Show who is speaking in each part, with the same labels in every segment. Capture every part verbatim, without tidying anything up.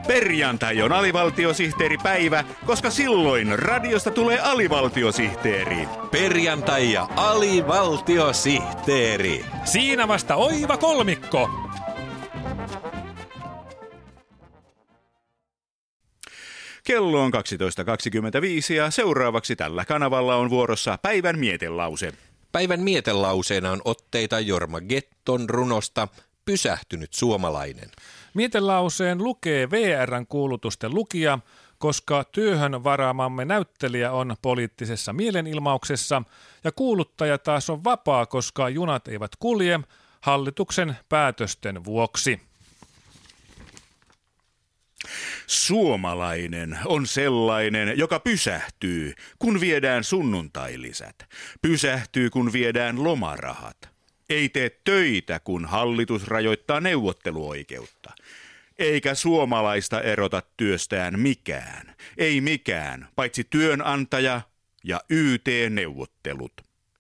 Speaker 1: Perjantai on alivaltiosihteeripäivä, koska silloin radiosta tulee alivaltiosihteeri.
Speaker 2: Perjantai ja alivaltiosihteeri.
Speaker 3: Siinä vasta oiva kolmikko.
Speaker 1: Kello on kaksitoista kaksikymmentäviisi ja seuraavaksi tällä kanavalla on vuorossa päivän mietelause.
Speaker 2: Päivän mietelauseena on otteita Jorma Getton runosta Pysähtynyt suomalainen.
Speaker 3: Mietelauseen lukee V R:n kuulutusten lukija, koska työhön varaamamme näyttelijä on poliittisessa mielenilmauksessa ja kuuluttaja taas on vapaa, koska junat eivät kulje hallituksen päätösten vuoksi.
Speaker 1: Suomalainen on sellainen, joka pysähtyy, kun viedään sunnuntailisät. Pysähtyy, kun viedään lomarahat. Ei tee töitä, kun hallitus rajoittaa neuvotteluoikeutta. Eikä suomalaista erota työstään mikään. Ei mikään, paitsi työnantaja ja Y T-neuvottelut.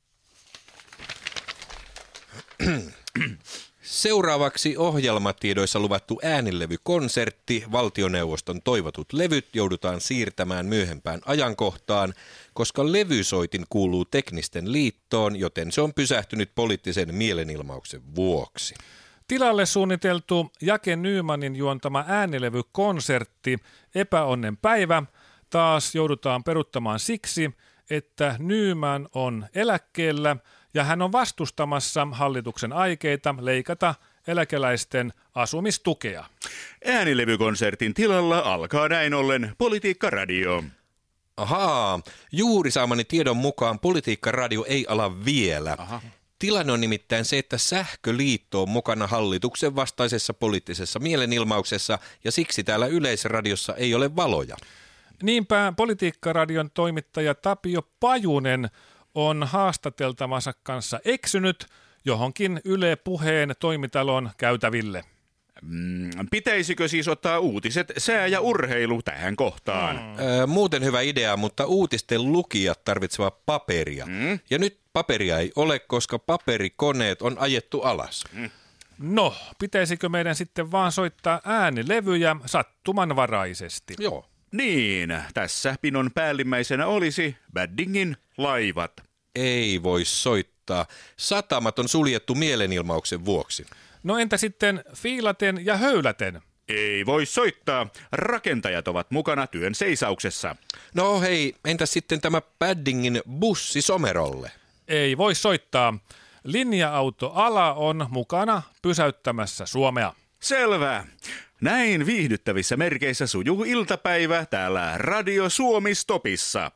Speaker 2: Seuraavaksi ohjelmatiedoissa luvattu äänilevykonsertti, valtioneuvoston toivotut levyt joudutaan siirtämään myöhempään ajankohtaan, koska levysoitin kuuluu Teknisten liittoon, joten se on pysähtynyt poliittisen mielenilmauksen vuoksi.
Speaker 3: Tilalle suunniteltu Jake Nymanin juontama äänilevykonsertti Epäonnen päivä taas joudutaan peruttamaan siksi, että Nyman on eläkkeellä ja hän on vastustamassa hallituksen aikeita leikata eläkeläisten asumistukea.
Speaker 1: Äänilevykonsertin tilalla alkaa näin ollen Politiikka-radio.
Speaker 2: Ahaa, juuri saamani tiedon mukaan Politiikka-radio ei ala vielä.
Speaker 1: Aha.
Speaker 2: Tilanne on nimittäin se, että Sähköliitto on mukana hallituksen vastaisessa poliittisessa mielenilmauksessa ja siksi täällä Yleisradiossa ei ole valoja.
Speaker 3: Niinpä Politiikka-radion toimittaja Tapio Pajunen on haastateltavansa kanssa eksynyt johonkin Yle Puheen toimitalon käytäville.
Speaker 1: Mm, pitäisikö siis ottaa uutiset, sää ja urheilu tähän kohtaan?
Speaker 2: Mm. Öö, muuten hyvä idea, mutta uutisten lukijat tarvitsevat paperia. Mm. Ja nyt paperia ei ole, koska paperikoneet on ajettu alas. Mm.
Speaker 3: No, pitäisikö meidän sitten vaan soittaa äänilevyjä sattumanvaraisesti?
Speaker 2: Joo.
Speaker 1: Niin, tässä pinon päällimmäisenä olisi Baddingin laivat.
Speaker 2: Ei voi soittaa. Satamat on suljettu mielenilmauksen vuoksi.
Speaker 3: No entä sitten fiilaten ja höyläten?
Speaker 1: Ei voi soittaa. Rakentajat ovat mukana työn seisauksessa.
Speaker 2: No hei, entä sitten tämä Baddingin bussi Somerolle?
Speaker 3: Ei voi soittaa. Linja-autoala on mukana pysäyttämässä Suomea.
Speaker 1: Selvä. Näin viihdyttävissä merkeissä sujuu iltapäivä täällä Radio Suomi Stopissa.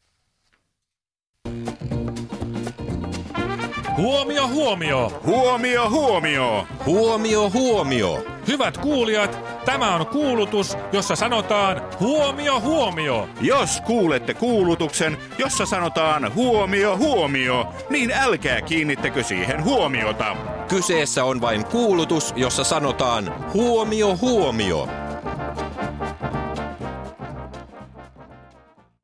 Speaker 3: Huomio, huomio!
Speaker 1: Huomio, huomio!
Speaker 2: Huomio, huomio!
Speaker 3: Hyvät kuulijat, tämä on kuulutus, jossa sanotaan huomio, huomio!
Speaker 1: Jos kuulette kuulutuksen, jossa sanotaan huomio, huomio, niin älkää kiinnittäkö siihen huomiota.
Speaker 2: Kyseessä on vain kuulutus, jossa sanotaan huomio, huomio.